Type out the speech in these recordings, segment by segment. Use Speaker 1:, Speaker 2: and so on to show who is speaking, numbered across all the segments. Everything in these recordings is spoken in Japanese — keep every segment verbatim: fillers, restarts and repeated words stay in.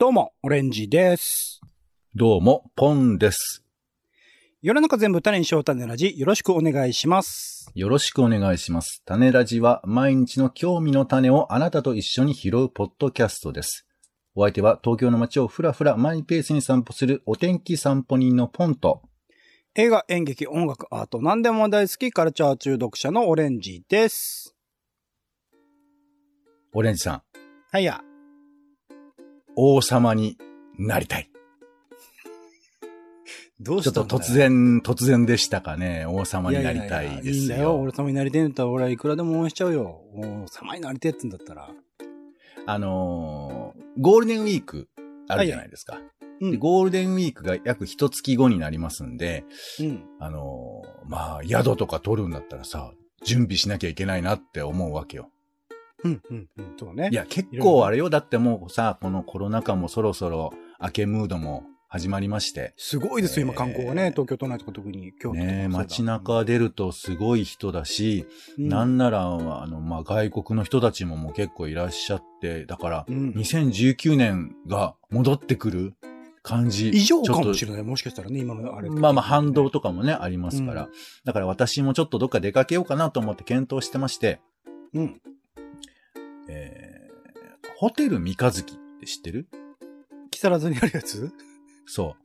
Speaker 1: どうも、オレンジです。
Speaker 2: どうも、ポンです。
Speaker 1: 世の中全部種にしよう種ラジ、よろしくお願いします。
Speaker 2: よろしくお願いします。種ラジは毎日の興味の種をあなたと一緒に拾うポッドキャストです。お相手は東京の街をふらふらマイペースに散歩するお天気散歩人のポンと、
Speaker 1: 映画、演劇、音楽、アート、何でも大好きカルチャー中毒者のオレンジです。
Speaker 2: オレンジさん。
Speaker 1: はいや。
Speaker 2: 王様になりたい。
Speaker 1: どうしたんだよ。
Speaker 2: ちょっと突然、突然でしたかね。王様になりたいですよ。いやいやいや、いいんだよ。
Speaker 1: 王様になりたいんだったら俺はいくらでも応援しちゃうよ。王様になりたいって言うんだったら。
Speaker 2: あのー、ゴールデンウィークあるじゃないですか。はいうん、でゴールデンウィークが約一月後になりますんで、うん、あのー、まあ、宿とか取るんだったらさ、準備しなきゃいけないなって思うわけよ。
Speaker 1: うん、うん、うん、そうね。
Speaker 2: いや、結構あれよ。だってもうさ、このコロナ禍もそろそろ明けムードも始まりまして。
Speaker 1: すごいですよ、えー、今観光がね、東京都内とか特に京都とか
Speaker 2: ね、街中出るとすごい人だし、うん、なんなら、あの、まあ、外国の人たちももう結構いらっしゃって、だから、うん、にせんじゅうきゅうねんが戻ってくる感じ。
Speaker 1: 異常かもしれない。もしかしたらね、今のあれ、ね。
Speaker 2: まあまあ反動とかもね、ありますから。うん、だから私もちょっとどっか出かけようかなと思って検討してまして。うん。えー、ホテル三日月って知ってる？
Speaker 1: 木更津にあるやつ？
Speaker 2: そう。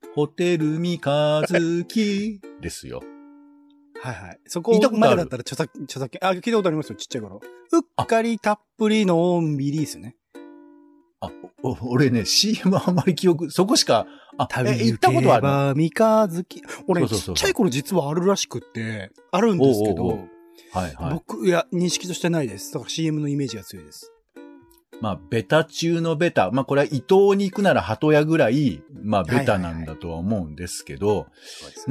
Speaker 2: ホテル三日月ですよ。
Speaker 1: はいはい。そこまでだったら著作、著作権、あ、聞いたことありますよ、ちっちゃい頃。うっかりたっぷりのんびりですね。
Speaker 2: あ、お、俺ね、シーエム あんまり記憶、そこしか、あ、
Speaker 1: 旅行ったことあるの？三日月。俺、そうそうそうそう、ちっちゃい頃実はあるらしくって、あるんですけど、おうおうおうはいはい。僕、いや、認識としてないです。だから シーエム のイメージが強いです。
Speaker 2: まあ、ベタ中のベタ。まあ、これは伊東に行くなら鳩屋ぐらい、まあ、ベタなんだとは思うんですけど、はいはいはい、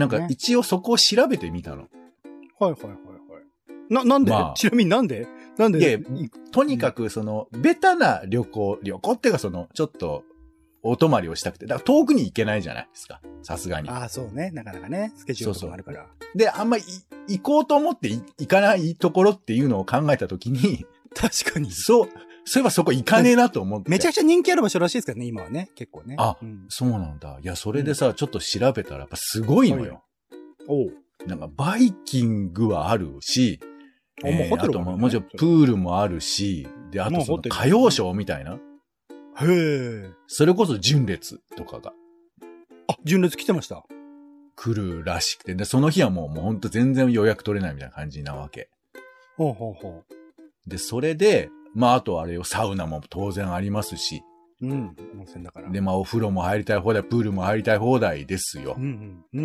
Speaker 2: なんか一応そこを調べてみたの。
Speaker 1: はいはいはいはい。な、なんで、まあ、ちなみになんでなんで
Speaker 2: いや、とにかくその、ベタな旅行、旅行っていうかその、ちょっと、お泊まりをしたくて、だから遠くに行けないじゃないですか。さすがに。
Speaker 1: ああ、そうね。なかなかね、スケジュールとかもあるから。
Speaker 2: そうそうで、あんまり行こうと思って行かないところっていうのを考えたときに、
Speaker 1: 確かに。
Speaker 2: そう、そういえばそこ行かねえなと思って。
Speaker 1: めちゃくちゃ人気ある場所らしいですからね、今はね。結構ね。
Speaker 2: あ、うん、そうなんだ。いや、それでさ、うん、ちょっと調べたらやっぱすごいのよ。おう。なんかバイキングはあるし、えー、あとももちろんプールもあるし、で、あとその歌謡ショーみたいな。
Speaker 1: へえ。
Speaker 2: それこそ純烈とかが。
Speaker 1: あ、純烈来てました。
Speaker 2: 来るらしくて。で、その日はもう、もうほんと全然予約取れないみたいな感じなわけ。
Speaker 1: ほうほうほ
Speaker 2: う。で、それで、まあ、あとあれよ、サウナも当然ありますし。
Speaker 1: うん。温泉だから。
Speaker 2: で、まあ、お風呂も入りたい放題、プールも入りたい放題ですよ。
Speaker 1: うんうん。うんうん。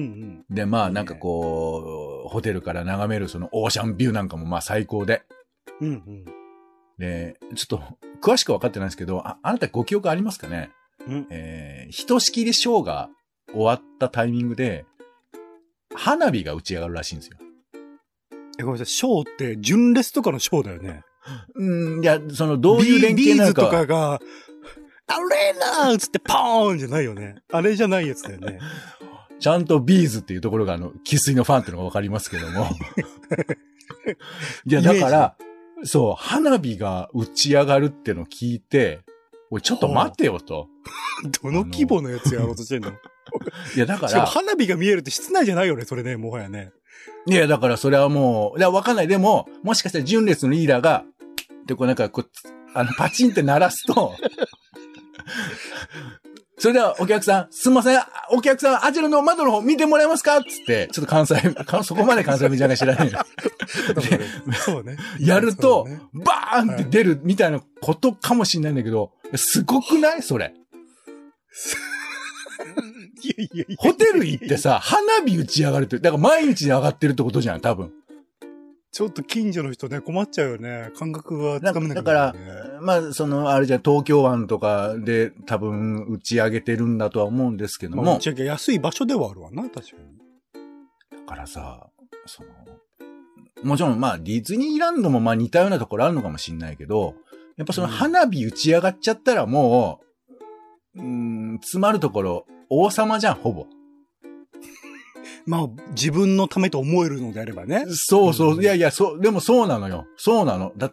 Speaker 2: で、まあ、なんかこう、ホテルから眺めるそのオーシャンビューなんかもまあ最高で。
Speaker 1: うんうん。
Speaker 2: で、ちょっと、詳しくわかってないんですけど、あ、あなたご記憶ありますかね？うん、えー、ひとしきりショーが終わったタイミングで、花火が打ち上がるらしいんですよ。
Speaker 1: え、ごめんなさい、ショーって純烈とかのショーだよね。
Speaker 2: うん、いや、その、どういう連携なのか。
Speaker 1: ビーズとかが、アレーナーつってポーンじゃないよね。あれじゃないやつだよね。
Speaker 2: ちゃんとビーズっていうところが、あの、生粋のファンっていうのがわかりますけども。いや、だから、そう、花火が打ち上がるってのを聞いて、おい、ちょっと待てよと。
Speaker 1: どの規模のやつやろうとしてんの？い
Speaker 2: や、だから。
Speaker 1: しかも花火が見えるって室内じゃないよね、それね、もはやね。
Speaker 2: いや、だからそれはもう、いや、わかんない。でも、もしかしたら純烈のリーダーが、で、こうなんか、こう、あの、パチンって鳴らすと、それではお客さん、すんません、お客さん、あちらの窓の方見てもらえますかつって、ちょっと関西、そこまで関西弁じゃない知らない。
Speaker 1: そうね。
Speaker 2: やると、ね、バーンって出るみたいなことかもしれないんだけど、すごくないそれ。
Speaker 1: いやいやいや
Speaker 2: ホテル行ってさ、花火打ち上がるって、だから毎日上がってるってことじゃん、多分。
Speaker 1: ちょっと近所の人ね、困っちゃうよね。感覚はつかめない、ね。
Speaker 2: だから、まあ、その、あれじゃ、東京湾とかで多分打ち上げてるんだとは思うんですけども。まあ、
Speaker 1: 打ち上げ安い場所ではあるわな、確かに。
Speaker 2: だからさ、その、もちろんまあ、ディズニーランドもまあ似たようなところあるのかもしれないけど、やっぱその花火打ち上がっちゃったらもう、うん、詰まるところ、王様じゃん、ほぼ。
Speaker 1: まあ、自分のためと思えるのであればね。
Speaker 2: そうそう。いやいや、そう、でもそうなのよ。そうなの。だって、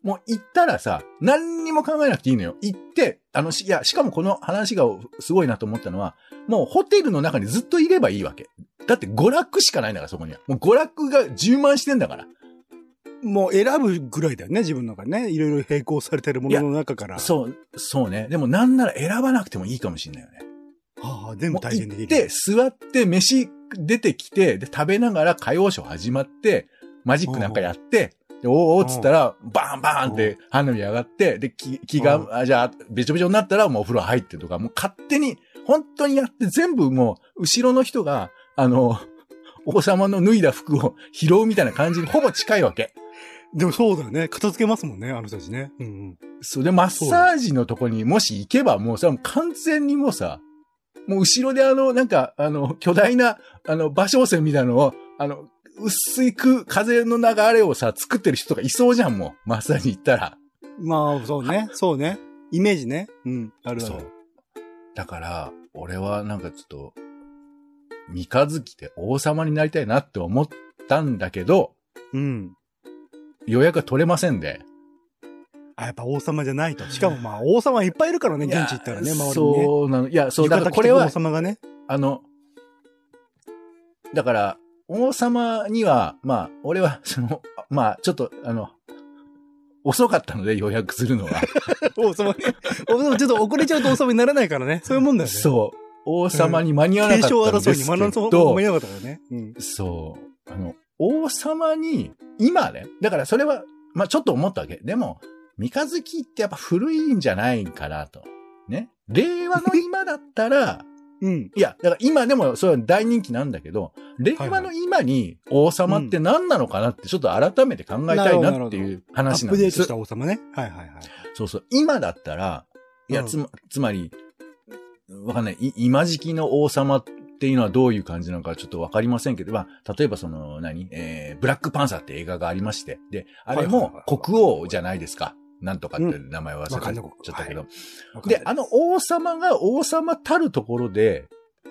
Speaker 2: もう行ったらさ、何にも考えなくていいのよ。行って、あの、いや、しかもこの話がすごいなと思ったのは、もうホテルの中にずっといればいいわけ。だって娯楽しかないんだから、そこには。もう娯楽が充満してんだから。
Speaker 1: もう選ぶぐらいだよね、自分の中でね。いろいろ並行されてるものの中から。
Speaker 2: そう、そうね。でもなんなら選ばなくてもいいかもしれないよね。
Speaker 1: はあ、全部体験できる。
Speaker 2: で、座って、飯出てきて、で、食べながら歌謡ショー始まって、マジックなんかやって、でおーおーっつったら、バーンバーンって花火上がって、で、気、気が、あじゃあ、べちょべちょになったらもうお風呂入ってとか、もう勝手に、本当にやって全部もう、後ろの人が、あの、王様の脱いだ服を拾うみたいな感じにほぼ近いわけ。
Speaker 1: でもそうだよね。片付けますもんね、あの人たちね。うんうん。
Speaker 2: そうで、マッサージのとこにもし行けばもう、それはもう完全にもうさ、もう後ろであの、なんか、あの、巨大な、あの、馬小線みたいなのを、あの、薄く風の流れをさ、作ってる人とかいそうじゃん、もう。マッサージ行ったら。
Speaker 1: まあ、そうね。そうね。イメージね。うん。あるある。そう。
Speaker 2: だから、俺はなんかちょっと、三日月で王様になりたいなって思ったんだけど、
Speaker 1: うん。
Speaker 2: 予約が取れませんで。
Speaker 1: あ、やっぱ王様じゃないと。しかもまあ、王様いっぱいいるからね、現地行ったらね、周りにね。
Speaker 2: そうなの。いや、そう、だからこれは、
Speaker 1: 王様がね。
Speaker 2: あの、だから、王様には、まあ、俺は、その、まあ、ちょっと、あの、遅かったので予約するのは。
Speaker 1: 王様ね。王様ちょっと遅れちゃうと王様にならないからね。そういうもんだよね。
Speaker 2: そう。王様に間に合わなかったんですけど。継承争いに
Speaker 1: 間に合わなかったからね。
Speaker 2: うん、そう。あの、王様に、今ね、だからそれは、まあちょっと思ったわけ。でも、三日月ってやっぱ古いんじゃないかなと。ね。令和の今だったら、
Speaker 1: うん。
Speaker 2: いや、だから今でもそれは大人気なんだけど、令和の今に王様って何なのかなってちょっと改めて考えたいなっていう話なんです。
Speaker 1: アップデートした王様ね。はいはいはい。
Speaker 2: そうそう。今だったら、いや、つま、つまり、わかんない。今時期の王様っていうのはどういう感じなのかちょっとわかりませんけど、まあ、例えばその、何えー、ブラックパンサーって映画がありまして、で、あれも国王じゃないですか。なんとかって名前忘れちゃったけど。で、あの王様が王様たるところで、うん、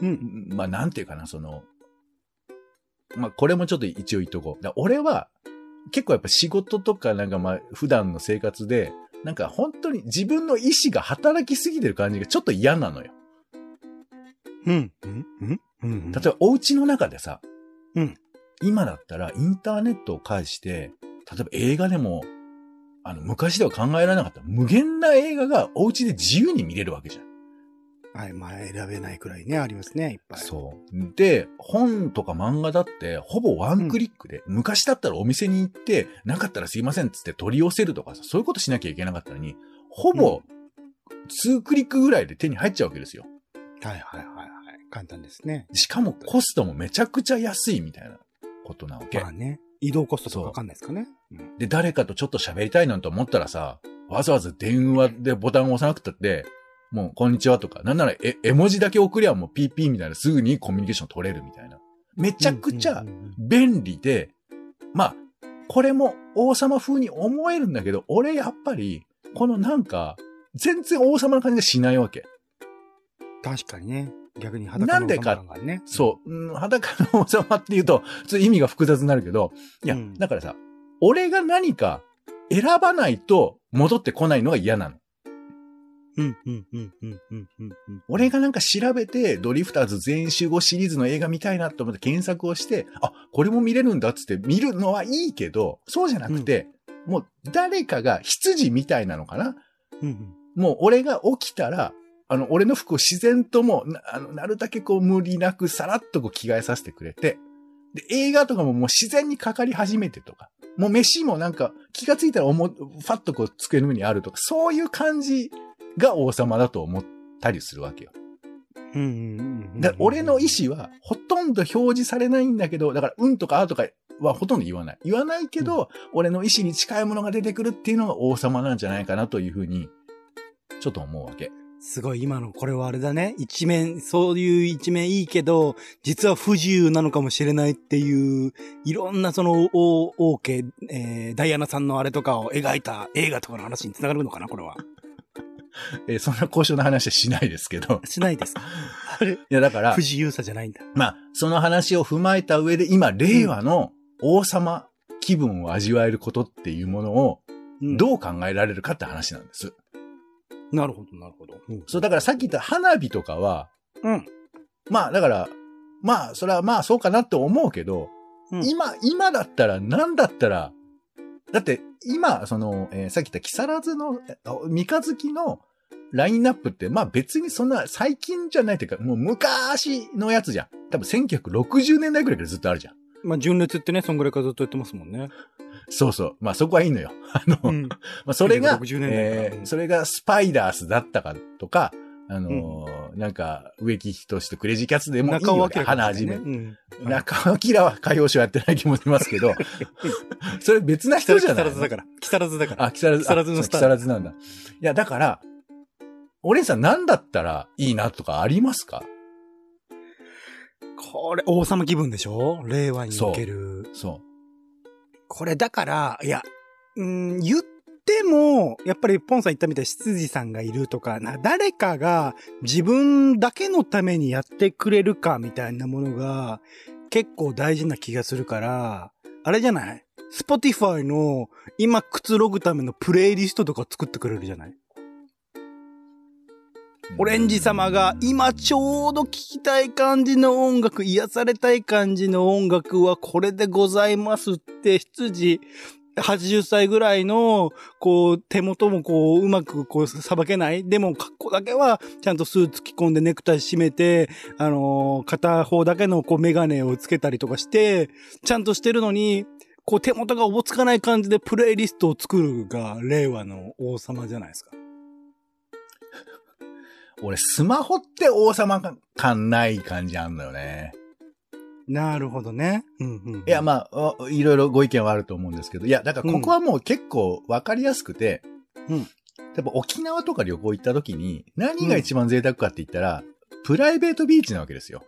Speaker 2: まあなんていうかな、その、まあこれもちょっと一応言っとこう。だ俺は結構やっぱ仕事とかなんかまあ普段の生活で、なんか本当に自分の意志が働きすぎてる感じがちょっと嫌なのよ。
Speaker 1: うん。うん。うん。うん。
Speaker 2: 例えばお家の中でさ、
Speaker 1: うん。
Speaker 2: 今だったらインターネットを介して、例えば映画でも、あの、昔では考えられなかった無限な映画がお家で自由に見れるわけじゃん。
Speaker 1: はい、まあ選べないくらいね、ありますね、いっぱい。
Speaker 2: そう。で、本とか漫画だって、ほぼワンクリックで、うん、昔だったらお店に行って、なかったらすいませんっつって取り寄せるとかさ、そういうことしなきゃいけなかったのに、ほぼ、にクリックぐらいで手に入っちゃうわけですよ。
Speaker 1: はいはいはいはい。簡単ですね。
Speaker 2: しかもコストもめちゃくちゃ安いみたいなことなわけ。
Speaker 1: まあね。移動コストとかわかんないですかね。
Speaker 2: うん、で、誰かとちょっと喋りたいなんて思ったらさ、わざわざ電話でボタンを押さなくたって、もう、こんにちはとか、なんなら絵、絵文字だけ送りゃもうピーピーみたいなすぐにコミュニケーション取れるみたいな。めちゃくちゃ便利で、まあ、これも王様風に思えるんだけど、俺やっぱり、このなんか、全然王様の感じがしないわけ。
Speaker 1: 確かにね。逆に裸の王様感がね。
Speaker 2: なんでか、そう、うん、裸の王様っていうと、ちょっと意味が複雑になるけど、いや、うん、だからさ、俺が何か選ばないと戻ってこないのが嫌なの。
Speaker 1: うん、うん、うん、うん、うん、うん。
Speaker 2: 俺がなんか調べて、ドリフターズ全員集合シリーズの映画見たいなと思って検索をして、あ、これも見れるんだっつって見るのはいいけど、そうじゃなくて、うん、もう誰かが羊みたいなのかな、
Speaker 1: うんうん、
Speaker 2: もう俺が起きたら、あの、俺の服を自然ともう、な、あの、なるだけこう無理なくさらっとこう着替えさせてくれて、で、映画とかももう自然にかかり始めてとか、もう飯もなんか気がついたらおも、ファッとこう机の上にあるとか、そういう感じが王様だと思ったりするわけよ。
Speaker 1: うんうんうんうん、
Speaker 2: だから俺の意思はほとんど表示されないんだけど、だからうんとかあとかはほとんど言わない。言わないけど、うん、俺の意思に近いものが出てくるっていうのが王様なんじゃないかなというふうに、ちょっと思うわけ。
Speaker 1: すごい、今のこれはあれだね。一面、そういう一面いいけど、実は不自由なのかもしれないっていう、いろんなその王、王家、えー、ダイアナさんのあれとかを描いた映画とかの話につながるのかな、これは。
Speaker 2: えー、そんな交渉の話はしないですけど。
Speaker 1: しないですか。あれい
Speaker 2: や、だから。
Speaker 1: 不自由さじゃないんだ。
Speaker 2: まあ、その話を踏まえた上で、今、令和の王様気分を味わえることっていうものを、 どう考えられるかって話なんです。
Speaker 1: うん、なるほど、なるほど。
Speaker 2: うん、そう、だからさっき言った花火とかは、
Speaker 1: うん。
Speaker 2: まあ、だから、まあ、それはまあそうかなって思うけど、うん、今、今だったら、なんだったら、だって、今、その、えー、さっき言った木更津の、三日月のラインナップって、まあ別にそんな最近じゃないというか、もう昔のやつじゃん。多分せんきゅうひゃくろくじゅうねんだいくらいからずっとあるじゃん。
Speaker 1: まあ純烈ってね、そんぐらいからずっとやってますもんね。
Speaker 2: そうそう。まあそこはいいのよ。あの、うん、まあそれが、えー、それがスパイダースだったかとか、あのーうん、なんか、植木仁とクレイジーキャッツでもいいわけ。花始め。うん、中尾明は歌謡ショーやってない気もしますけど、それ別な人じゃない。
Speaker 1: 木更津だから。木更津だから。
Speaker 2: あ、木更津。木更津のスター。木更津なんだ。いや、だから、お姉さん何だったらいいなとかありますか？
Speaker 1: これ、王様気分でしょ？令和における。
Speaker 2: そう。そう。
Speaker 1: これだから、いや、うーん、言っても、やっぱりポンさん言ったみたいに執事さんがいるとか、な誰かが自分だけのためにやってくれるかみたいなものが結構大事な気がするから、あれじゃない？ Spotify の今くつろぐためのプレイリストとか作ってくれるじゃない？オレンジ様が今ちょうど聴きたい感じの音楽、癒されたい感じの音楽はこれでございますって執事はちじゅっさいぐらいのこう手元もこううまくこうさばけない。でも格好だけはちゃんとスーツ着込んでネクタイ締めて、あのー、片方だけのこうメガネをつけたりとかしてちゃんとしてるのに、こう手元がおぼつかない感じでプレイリストを作るが令和の王様じゃないですか。
Speaker 2: 俺、スマホって王様感ない感じあんのよね。
Speaker 1: なるほどね。うんうんうん、
Speaker 2: いや、まあ、いろいろご意見はあると思うんですけど、いや、だからここはもう結構わかりやすくて、うん。やっぱ沖縄とか旅行行った時に、何が一番贅沢かって言ったら、うん、プライベートビーチなわけですよ。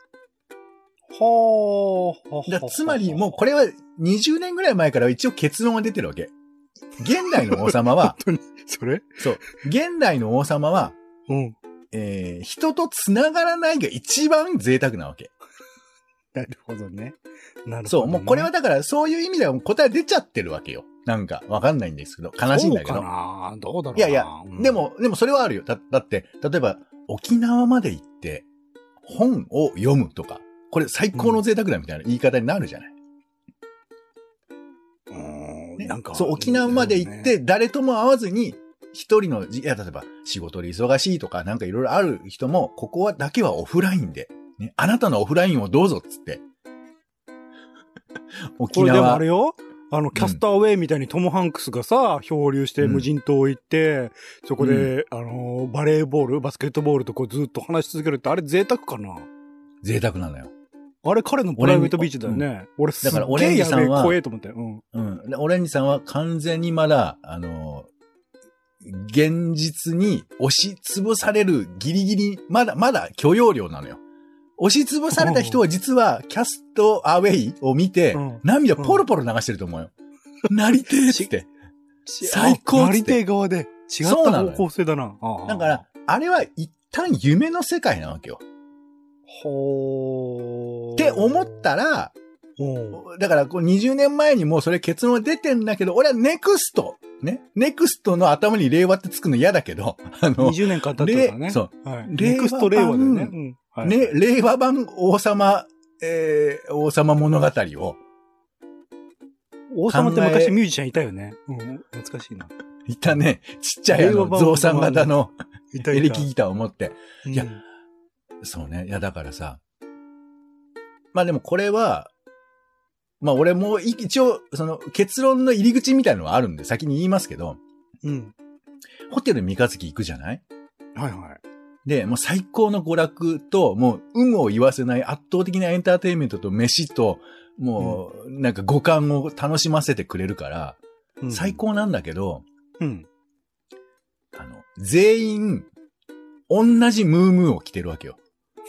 Speaker 1: ほー。
Speaker 2: だつまり、もうこれはにじゅうねんぐらい前から一応結論が出てるわけ。現代の王様は、
Speaker 1: 本当にそれ？
Speaker 2: そう。現代の王様は、
Speaker 1: うん。
Speaker 2: えー、人と繋がらないが一番贅沢なわけ。
Speaker 1: なるほどね。なるほど、ね。
Speaker 2: そう、もうこれはだからそういう意味では答え出ちゃってるわけよ。なんかわかんないんですけど、悲しいんだけど。
Speaker 1: そうかな？どうだろうな。
Speaker 2: いやいや、うん、でも、でもそれはあるよ。だ、だって、例えば沖縄まで行って本を読むとか、これ最高の贅沢だみたいな言い方になるじゃない。
Speaker 1: うん、
Speaker 2: ね、
Speaker 1: なんか。
Speaker 2: そう、沖縄まで行って誰とも会わずに、一人の、いや、例えば仕事で忙しいとかなんかいろいろある人も、ここはだけはオフラインで、ね、あなたのオフラインをどうぞっつって。
Speaker 1: 沖縄。これでもあれよ、あの、キャスターウェイみたいにトム・ハンクスがさ、漂流して無人島行って、うん、そこで、うん、あの、バレーボール、バスケットボールとこうずっと話し続けるって、あれ贅沢かな？
Speaker 2: 贅沢なのよ。
Speaker 1: あれ彼のプライベートビーチだよね。うん、俺すっげえやべえ怖えと思って。うん。
Speaker 2: うん。オレンジさんは完全にまだ、あの、現実に押しつぶされるギリギリ、まだ、まだ許容量なのよ。押しつぶされた人は実はキャストアウェイを見て、うん、涙ポロポロ流してると思うよ。うん、なりてーっつって。最高っつって。
Speaker 1: なりてー側で違った方向性だな。
Speaker 2: だから、あれは一旦夢の世界なわけよ。
Speaker 1: ほー。
Speaker 2: って思ったら、だからこうにじゅうねんまえにもうそれ結論が出てんだけど、俺はネクスト、ね。ネクストの頭に令和ってつくの嫌だけど、
Speaker 1: あの、にじゅうねんかん経ったからね。
Speaker 2: そう。
Speaker 1: はい、ネクスト令和だよね。うん
Speaker 2: はい、ね、令和版王様、えー、王様物語を。
Speaker 1: 王様って昔ミュージシャンいたよね。うん、懐かしいな。
Speaker 2: いたね。ちっちゃいあの、ゾウさん型のエレキギターを持って。
Speaker 1: うん、
Speaker 2: いや、そうね。いや、だからさ。まあでもこれは、まあ俺も一応、その結論の入り口みたいなのはあるんで先に言いますけど。
Speaker 1: うん。
Speaker 2: ホテル三日月行くじゃない？
Speaker 1: はいはい。
Speaker 2: で、もう最高の娯楽と、もう有無を言わせない圧倒的なエンターテインメントと飯と、もうなんか五感を楽しませてくれるから、うん、最高なんだけど、
Speaker 1: うん。
Speaker 2: あの、全員、同じムームーを着てるわけよ。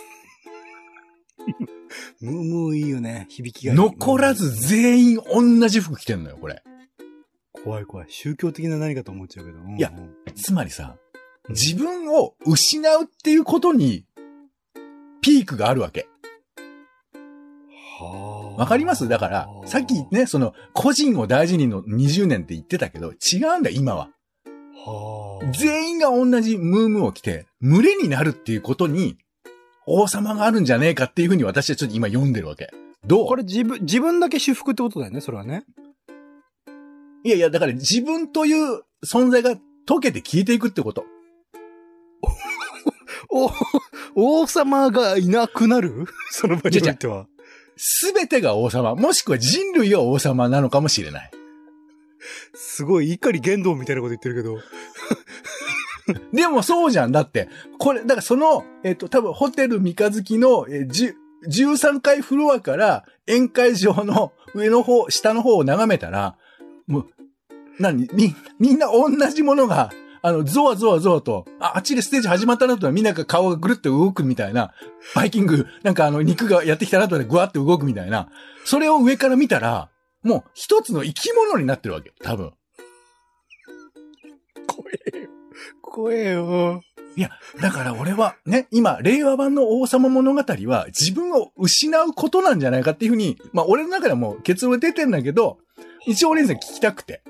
Speaker 1: ムームーいいよね。響きがいい。
Speaker 2: 残らず全員同じ服着てんのよ、これ。
Speaker 1: 怖い怖い。宗教的な何かと思っちゃうけど。うんうん、
Speaker 2: いや、つまりさ、自分を失うっていうことに、ピークがあるわけ。
Speaker 1: はあ。
Speaker 2: わかります？だから、さっきね、その、個人を大事にのにじゅうねんって言ってたけど、違うんだ、今は。
Speaker 1: はあ。
Speaker 2: 全員が同じムームーを着て、群れになるっていうことに、王様があるんじゃねえかっていうふうに私はちょっと今読んでるわけ。どう？
Speaker 1: これ自分、自分だけ私服ってことだよね、それはね。
Speaker 2: いやいや、だから自分という存在が溶けて消えていくってこと。
Speaker 1: お、王様がいなくなるその場においては。
Speaker 2: すべてが王様、もしくは人類が王様なのかもしれない。
Speaker 1: すごい、怒り言動みたいなこと言ってるけど。
Speaker 2: でもそうじゃん。だって、これ、だからその、えっと、多分ホテル三日月の、えー、じゅうさんかいフロアから宴会場の上の方、下の方を眺めたら、もう、何み、みんな同じものが、あの、ゾワゾワゾワと、あ、あっちでステージ始まったなと、みんなが顔がぐるっと動くみたいな、バイキング、なんかあの、肉がやってきたなとでぐわって動くみたいな、それを上から見たら、もう一つの生き物になってるわけよ、多分。
Speaker 1: 怖えよ。怖えよ。
Speaker 2: いや、だから俺はね、今、令和版の王様物語は自分を失うことなんじゃないかっていうふうに、まあ俺の中ではもう結論出てんだけど、一応俺に聞きたくて。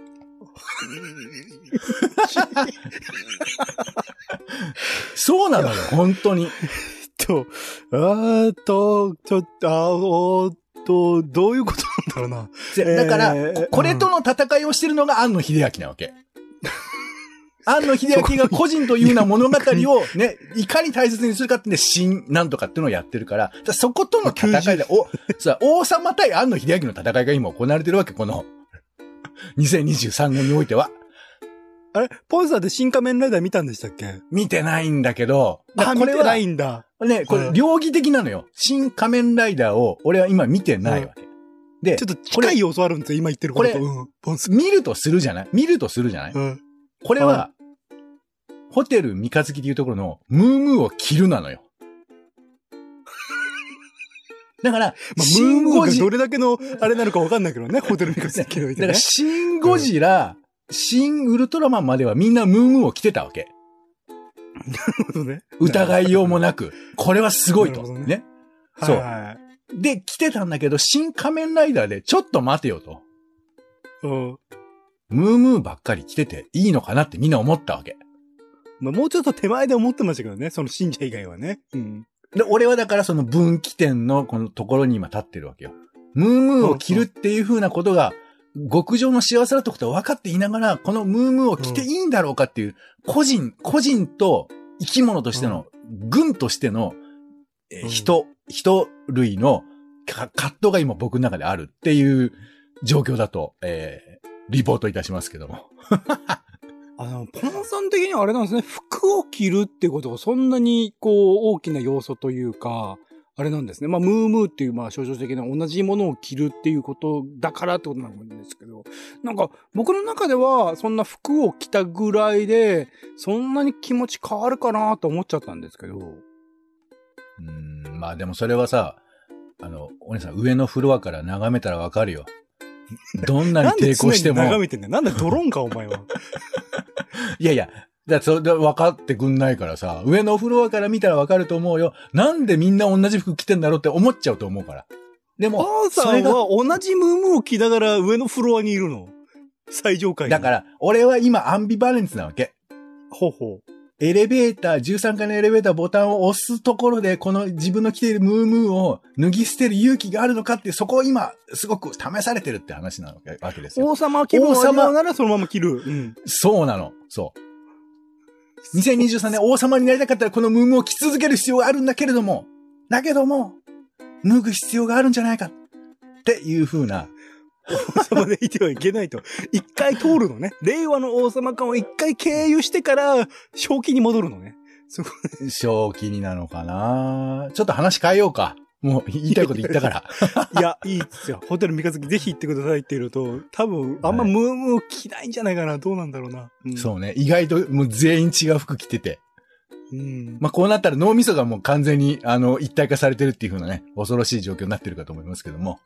Speaker 2: そうなのよ、本当に。
Speaker 1: と、あーと、ちょっと、あーと、どういうことなんだろうな。
Speaker 2: だから、
Speaker 1: えー、
Speaker 2: これとの戦いをしてるのが庵野秀明なわけ。庵野秀明が個人というような物語をね、いかに大切にするかってね、新なんとかっていうのをやってるから、そことの戦いで、お、さ、王様対庵野秀明の戦いが今行われてるわけ、この、にせんにじゅうさんねんにおいては。
Speaker 1: あれポンさんって新仮面ライダー見たんでしたっけ？
Speaker 2: 見てないんだけど、
Speaker 1: あ、見てないんだ。
Speaker 2: ね、これ、両義的なのよ。新仮面ライダーを、俺は今見てないわけ。うん、で、
Speaker 1: ちょっと近い要素あるんですよ、今言ってることと。
Speaker 2: これ、うん、ポン見るとするじゃない見るとするじゃない、うん、これは、ホテル三日月っていうところの、ムームーを着るなのよ。だから、
Speaker 1: まあ、ムームーがどれだけの、あれなのかわかんないけどね、ホテル三日月の、ね。
Speaker 2: だから、シン・ゴジラ、うんシン・ウルトラマンまではみんなムームーを着てたわけ。
Speaker 1: なるほどね。
Speaker 2: 疑いようもなく。これはすごいと。ね。ねそう、
Speaker 1: はいはい。
Speaker 2: で、着てたんだけど、新仮面ライダーでちょっと待てよと。
Speaker 1: うん。
Speaker 2: ムームーばっかり着てていいのかなってみんな思ったわけ。
Speaker 1: まあ、もうちょっと手前で思ってましたけどね。その信者以外はね。うん。
Speaker 2: で、俺はだからその分岐点のこのところに今立ってるわけよ。ムームーを着るっていう風なことが、極上の幸せだってことは分かっていながら、このムームーを着ていいんだろうかっていう、個人、個人と生き物としての、軍としての、えー、人、人類の葛藤が今僕の中であるっていう状況だと、えー、リポートいたしますけども。
Speaker 1: あの、ポンさん的にはあれなんですね、服を着るってことがそんなに、こう、大きな要素というか、あれなんですね。まあ、ムームーっていう、まあ、象徴的な同じものを着るっていうことだからってことなんですけど、なんか、僕の中では、そんな服を着たぐらいで、そんなに気持ち変わるかなと思っちゃったんですけど。う
Speaker 2: ーん、まあでもそれはさ、あの、お姉さん、上のフロアから眺めたらわかるよ。どんなに抵抗しても。
Speaker 1: なんで常に眺めてんだよ。なんでドローンか、お前は。
Speaker 2: いやいや、だそれで分かってくんないからさ、上のフロアから見たら分かると思うよ。なんでみんな同じ服着てんだろうって思っちゃうと思うから。でも、
Speaker 1: パンさんは同じムームーを着ながら上のフロアにいるの？最上階に。
Speaker 2: だから、俺は今アンビバレンスなわけ。
Speaker 1: ほうほう。
Speaker 2: エレベーター、じゅうさんかいのエレベーターボタンを押すところで、この自分の着ているムームーを脱ぎ捨てる勇気があるのかって、そこを今、すごく試されてるって話なわけですよ。
Speaker 1: 王様気分を味わうならそのまま着る。うん。
Speaker 2: そうなの。そう。にせんにじゅうさんねん王様になりたかったらこのムームーを着続ける必要があるんだけれども、だけども、脱ぐ必要があるんじゃないかっていう風な。
Speaker 1: 王様でいてはいけないと。一回通るのね。令和の王様館を一回経由してから、正気に戻るのね。
Speaker 2: 正気になのかな？ちょっと話変えようか。もう言いたいこと言ったから。
Speaker 1: いや、いいですよ。ホテル三日月ぜひ行ってくださいって言うと、多分、あんまムームー着ないんじゃないかな。どうなんだろうな。
Speaker 2: うん、そうね。意外ともう全員違う服着てて。
Speaker 1: うん。ま
Speaker 2: あ、こうなったら脳みそがもう完全に、あの、一体化されてるっていう風なね、恐ろしい状況になってるかと思いますけども。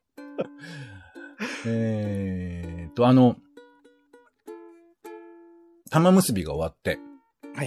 Speaker 2: えーと、あの、玉結びが終わって。
Speaker 1: はいはい。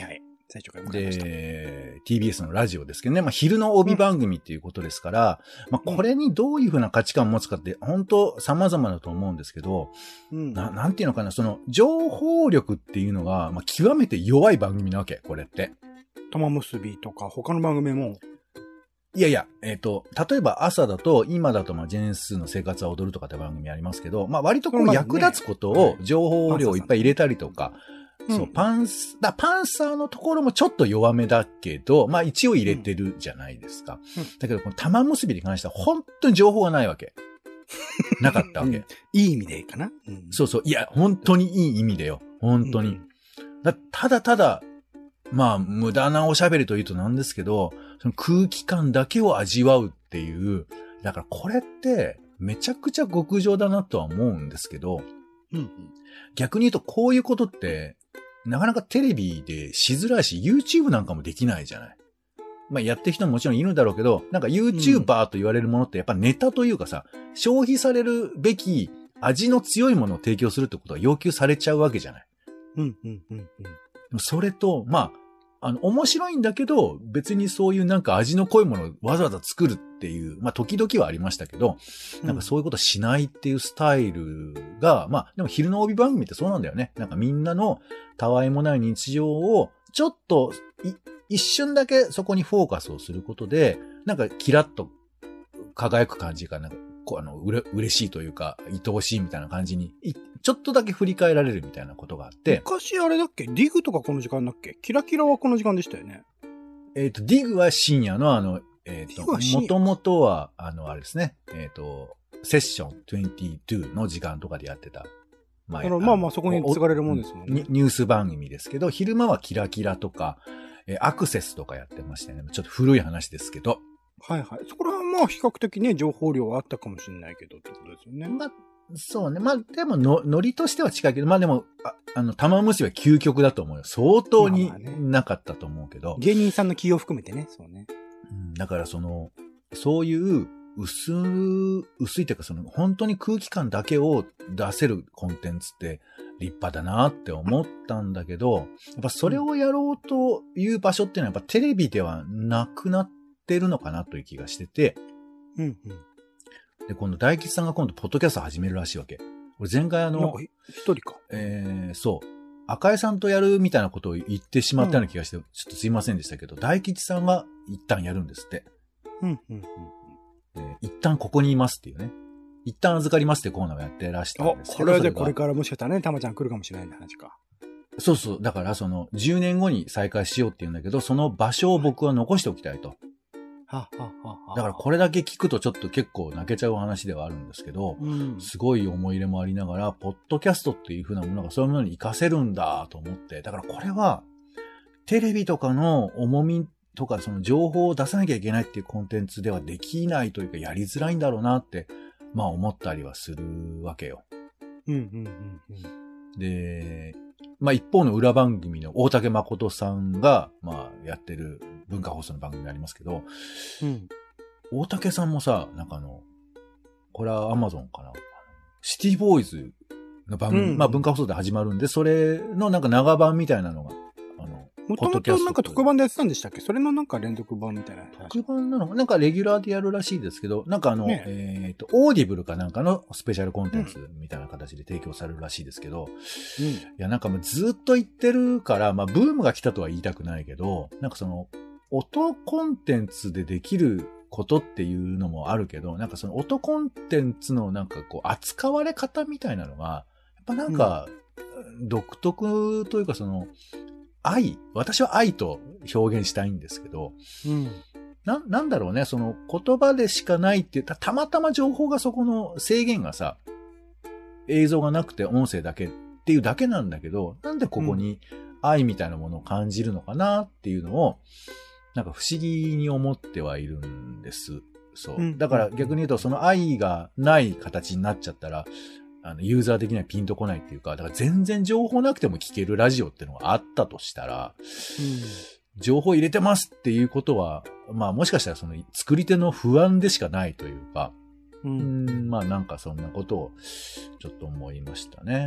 Speaker 1: 最初から迎えました。
Speaker 2: で、ティービーエス のラジオですけどね。まあ、昼の帯番組っていうことですから、うん、まあ、これにどういうふうな価値観を持つかって、本当様々だと思うんですけど、うん、な、なんていうのかな、その、情報力っていうのが、まあ、極めて弱い番組なわけ、これって。
Speaker 1: 玉結びとか、他の番組も。
Speaker 2: いやいや、えっと、例えば朝だと、今だと、まあ、ジェーンスーの生活は踊るとかって番組ありますけど、まあ、割とこう、役立つことを、情報量をいっぱい入れたりとか、そう、パンス、だパンサーのところもちょっと弱めだけど、まあ一応入れてるじゃないですか。うん、だけど、この玉結びに関しては本当に情報がないわけ。なかったわけ、うん。
Speaker 1: いい意味でいいかな、
Speaker 2: うん、そうそう。いや、本当にいい意味でよ。本当に。うん、だただただ、まあ無駄なおしゃべりというとなんですけど、その空気感だけを味わうっていう。だからこれってめちゃくちゃ極上だなとは思うんですけど、うん、逆に言うとこういうことって、なかなかテレビでしづらいし、YouTube なんかもできないじゃない。まあやってる人ももちろんいるんだろうけど、なんか YouTuber と言われるものってやっぱネタというかさ、うん、消費されるべき味の強いものを提供するってことが要求されちゃうわけじゃない。
Speaker 1: うんうんうんうん。
Speaker 2: それと、まあ、あの、面白いんだけど、別にそういうなんか味の濃いものをわざわざ作るっていう、まあ時々はありましたけど、なんかそういうことしないっていうスタイルが、うん、まあでも昼の帯番組ってそうなんだよね。なんかみんなのたわいもない日常をちょっと一瞬だけそこにフォーカスをすることで、なんかキラッと輝く感じが、なんかこうあのうれ嬉しいというか、愛おしいみたいな感じに、ちょっとだけ振り返られるみたいなことがあって。
Speaker 1: 昔あれだっけ？ディグとかこの時間だっけ？キラキラはこの時間でしたよね。
Speaker 2: えっと、ディグは深夜のあの、えっと、もともとは、あの、あれですね、えっと、セッションにじゅうにの時間とかでやってた。
Speaker 1: まあ、まあまあそこに継がれるもんですもんね。
Speaker 2: ニュース番組ですけど、昼間はキラキラとか、えー、アクセスとかやってましたね。ちょっと古い話ですけど。
Speaker 1: はいはい。そこらはまあ比較的ね、情報量はあったかもしれないけどってことですよね。
Speaker 2: まあ、そうね。まあでもの、ノリとしては近いけど、まあでも、あ, あの、玉結びは究極だと思うよ。相当になかったと思うけど。まあまあ
Speaker 1: ね、芸人さんの気を含めてね、そうね。
Speaker 2: うん、だからその、そういう薄、薄いというかその、本当に空気感だけを出せるコンテンツって立派だなって思ったんだけど、やっぱそれをやろうという場所っていうのはやっぱテレビではなくなってるのかなという気がしてて、
Speaker 1: うんうん。
Speaker 2: で、今度大吉さんが今度ポッドキャスト始めるらしいわけ。俺前回あの、
Speaker 1: 一人か。
Speaker 2: えー、そう。赤井さんとやるみたいなことを言ってしまったような気がして、うん、ちょっとすいませんでしたけど、大吉さんが一旦やるんですって。
Speaker 1: うんうんうん。
Speaker 2: で、一旦ここにいますっていうね。一旦預かりますってコーナーをやってらしたんですけど。
Speaker 1: これはじゃあこれからもしかしたらね、たまちゃん来るかもしれないって話か。
Speaker 2: そうそう。だからその、じゅうねんごに再開しようって言うんだけど、その場所を僕は残しておきたいと。
Speaker 1: はははは
Speaker 2: だからこれだけ聞くとちょっと結構泣けちゃう話ではあるんですけど、うん、すごい思い入れもありながら、ポッドキャストっていう風なものがそういうものに活かせるんだと思って、だからこれは、テレビとかの重みとかその情報を出さなきゃいけないっていうコンテンツではできないというかやりづらいんだろうなって、まあ思ったりはするわけよ。
Speaker 1: うんうんうんうん、
Speaker 2: で、まあ一方の裏番組の大竹誠さんが、まあやってる文化放送の番組ありますけど、
Speaker 1: うん、
Speaker 2: 大竹さんもさ、なんかあの、これはアマゾンかな。シティボーイズの番組、うん、まあ文化放送で始まるんで、それのなんか長版みたいなのが、あの、
Speaker 1: もともとなんか特番でやってたんでしたっけ？それのなんか連続版みたいな。
Speaker 2: 特番なのなんかレギュラーでやるらしいですけど、なんかあの、ね、えっと、オーディブルかなんかのスペシャルコンテンツみたいな形で提供されるらしいですけど、
Speaker 1: うん、い
Speaker 2: やなんかもうずっと言ってるから、まあブームが来たとは言いたくないけど、なんかその、音コンテンツでできることっていうのもあるけど、なんかその音コンテンツのなんかこう扱われ方みたいなのが、やっぱなんか独特というかその愛、私は愛と表現したいんですけど、
Speaker 1: うん、
Speaker 2: な、なんだろうね、その言葉でしかないって言ったらたまたま情報がそこの制限がさ、映像がなくて音声だけっていうだけなんだけど、なんでここに愛みたいなものを感じるのかなっていうのを、なんか不思議に思ってはいるんです。そう。うん、だから逆に言うと、その愛がない形になっちゃったら、あの、ユーザー的にはピンとこないっていうか、だから全然情報なくても聞けるラジオっていうのがあったとしたら、
Speaker 1: うん、
Speaker 2: 情報入れてますっていうことは、まあもしかしたらその作り手の不安でしかないというか、
Speaker 1: うん、
Speaker 2: うんまあなんかそんなことをちょっと思いましたね。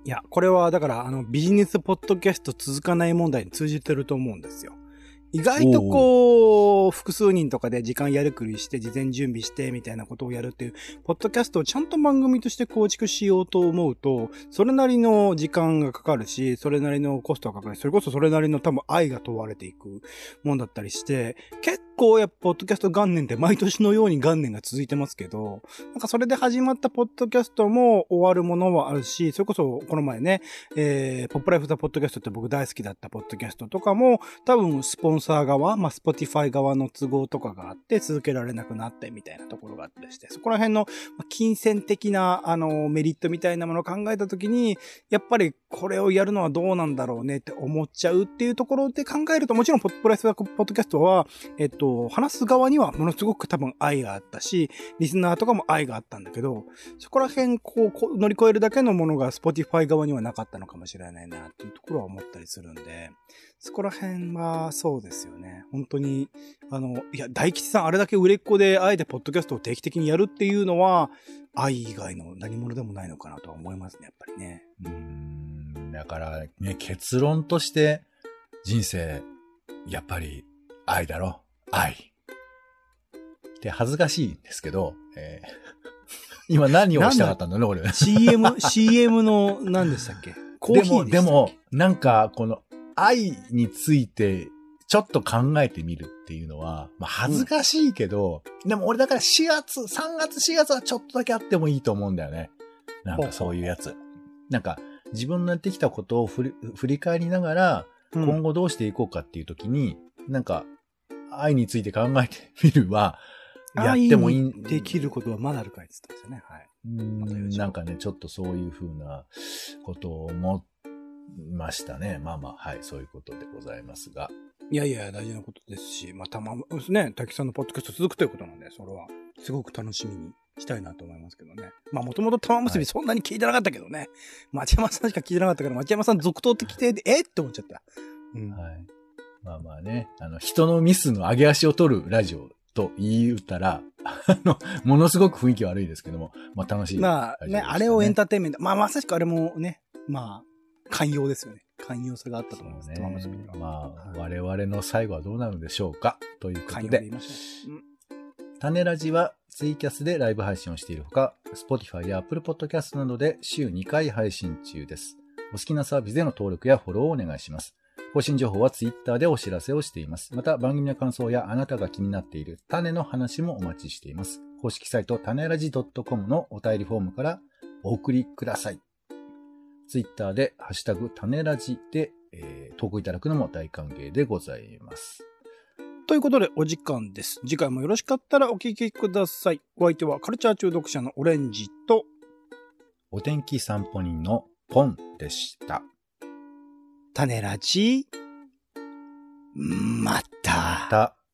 Speaker 1: いや、これはだから、あの、ビジネスポッドキャスト続かない問題に通じてると思うんですよ。意外とこう、複数人とかで時間やりくりして、事前準備して、みたいなことをやるっていう、ポッドキャストをちゃんと番組として構築しようと思うと、それなりの時間がかかるし、それなりのコストがかかるし、それこそそれなりの多分愛が問われていくもんだったりして、結構やっぱポッドキャスト元年って毎年のように元年が続いてますけど、なんかそれで始まったポッドキャストも終わるものはあるし、それこそこの前ね、えー、ポップライフザポッドキャストって僕大好きだったポッドキャストとかも、多分スポンサー側、まあ、Spotify 側の都合とかがあって続けられなくなってみたいなところがあったりして、そこら辺の金銭的な、あの、メリットみたいなものを考えたときに、やっぱりこれをやるのはどうなんだろうねって思っちゃうっていうところで考えると、もちろんポップライフザポッドキャストは、えっと、話す側にはものすごく多分愛があったし、リスナーとかも愛があったんだけど、そこら辺こう乗り越えるだけのものが Spotify 側にはなかったのかもしれないなっていうところは思ったりするんで、そこら辺はそうですよね。本当に、あの、いや、大吉さんあれだけ売れっ子であえてポッドキャストを定期的にやるっていうのは、愛以外の何者でもないのかなとは思いますね、やっぱりね。
Speaker 2: うーん、だからね、結論として人生、やっぱり愛だろ。愛。で、恥ずかしいんですけど、えー、今何をしたかったんだね、俺。
Speaker 1: シーエム、シーエム の何でしたっけ？コーヒーでしたっけ？
Speaker 2: でも、でも、なんか、この愛について、ちょっと考えてみるっていうのは、まあ恥ずかしいけど、うん、でも俺だからしがつ、さんがつしがつはちょっとだけあってもいいと思うんだよね。なんかそういうやつ。なんか自分のやってきたことを振り、振り返りながら、今後どうしていこうかっていう時に、うん、なんか愛について考えてみるは、やってもいい。
Speaker 1: 愛にできることはまだあるかいって言ったんですよね。はい。
Speaker 2: うんなんかね、ちょっとそういうふうなことを思いましたね。まあまあ、はい、そういうことでございますが。
Speaker 1: いやいや、大事なことですし、まあ、たま、ね、滝さんのポッドキャスト続くということなんで、それは、すごく楽しみにしたいなと思いますけどね。まあ、もともと玉結びそんなに聞いてなかったけどね。はい、町山さんしか聞いてなかったから、町山さん続投ってきて、えって思っちゃった。
Speaker 2: うん。はい。まあまあね、あの、人のミスの上げ足を取るラジオと言ったら、あの、ものすごく雰囲気悪いですけども、まあ楽しい、ね。
Speaker 1: まあね、あれをエンターテインメント、まあまさしくあれもね、まあ、寛容ですよね。寛容さがあったと思います。玉結びは。
Speaker 2: まあ、はい、我々の最後はどうなるんでしょうかということで。
Speaker 1: で
Speaker 2: 種ラジはツイキャスでライブ配信をしているほか、Spotify や Apple Podcast などで週にかい配信中です。お好きなサービスでの登録やフォローをお願いします。更新情報は Twitter でお知らせをしています。また番組の感想やあなたが気になっている種の話もお待ちしています。公式サイト種ラジ .com のお便りフォームからお送りください。Twitter でハッシュタグ種ラジで、えー、投稿いただくのも大歓迎でございます。
Speaker 1: ということでお時間です。次回もよろしかったらお聞きください。お相手はカルチャー中毒者のオレンジと
Speaker 2: お天気散歩人のポンでした。
Speaker 1: 種ラジまた。
Speaker 2: また。